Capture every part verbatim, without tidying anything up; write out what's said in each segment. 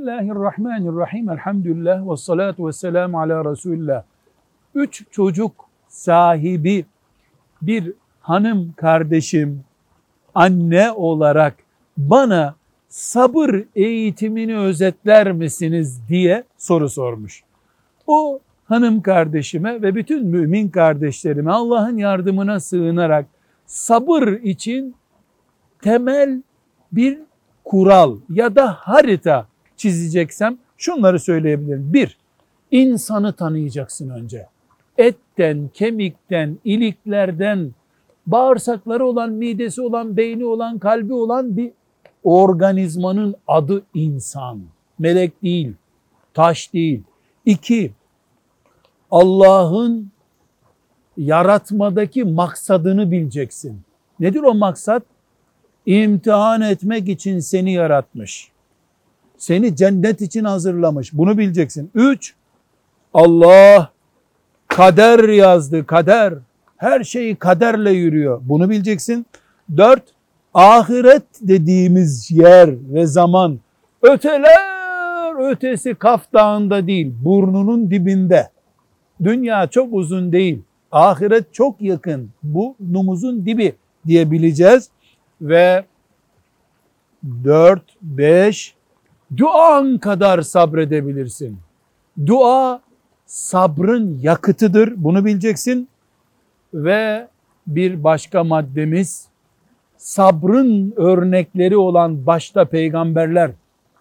Bismillahirrahmanirrahim. Elhamdülillah ve salatu ve selamu ala Resulillah. Üç çocuk sahibi bir hanım kardeşim anne olarak bana sabır eğitimini özetler misiniz diye soru sormuş. O hanım kardeşime ve bütün mümin kardeşlerime Allah'ın yardımına sığınarak sabır için temel bir kural ya da harita çizeceksem şunları söyleyebilirim. Bir, insanı tanıyacaksın önce. Etten, kemikten, iliklerden, bağırsakları olan, midesi olan, beyni olan, kalbi olan bir organizmanın adı insan. Melek değil, taş değil. İki, Allah'ın yaratmadaki maksadını bileceksin. Nedir o maksat? İmtihan etmek için seni yaratmış. Seni cennet için hazırlamış. Bunu bileceksin. Üç, Allah kader yazdı, kader. Her şeyi kaderle yürüyor. Bunu bileceksin. Dört, ahiret dediğimiz yer ve zaman öteler ötesi Kaf Dağı'nda değil, burnunun dibinde. Dünya çok uzun değil. Ahiret çok yakın. Burnumuzun dibi diyebileceğiz. Ve dört, beş, duan kadar sabredebilirsin. Dua sabrın yakıtıdır. Bunu bileceksin. Ve bir başka maddemiz, sabrın örnekleri olan başta peygamberler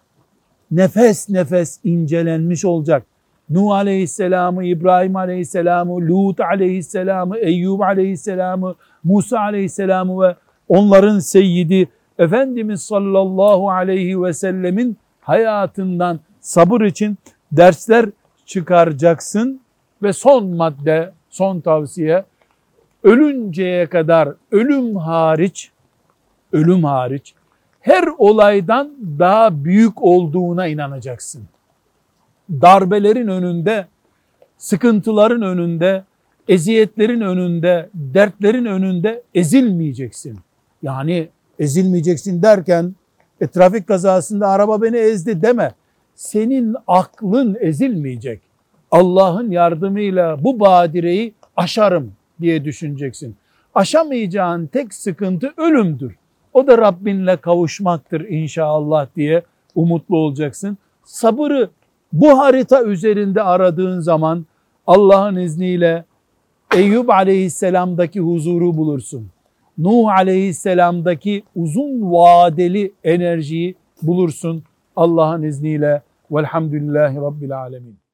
nefes nefes incelenmiş olacak. Nuh Aleyhisselam'ı, İbrahim Aleyhisselam'ı, Lut Aleyhisselam'ı, Eyyub Aleyhisselam'ı, Musa Aleyhisselam'ı ve onların seyyidi Efendimiz sallallahu aleyhi ve sellemin hayatından sabır için dersler çıkaracaksın. Ve son madde, son tavsiye, ölünceye kadar ölüm hariç, ölüm hariç her olaydan daha büyük olduğuna inanacaksın. Darbelerin önünde, sıkıntıların önünde, eziyetlerin önünde, dertlerin önünde ezilmeyeceksin. Yani ezilmeyeceksin derken e, trafik kazasında araba beni ezdi deme. Senin aklın ezilmeyecek. Allah'ın yardımıyla bu badireyi aşarım diye düşüneceksin. Aşamayacağın tek sıkıntı ölümdür. O da Rabbinle kavuşmaktır inşallah diye umutlu olacaksın. Sabırı bu harita üzerinde aradığın zaman Allah'ın izniyle Eyyub Aleyhisselam'daki huzuru bulursun. Nuh Aleyhisselam'daki uzun vadeli enerjiyi bulursun Allah'ın izniyle. Velhamdülillahi Rabbil Alemin.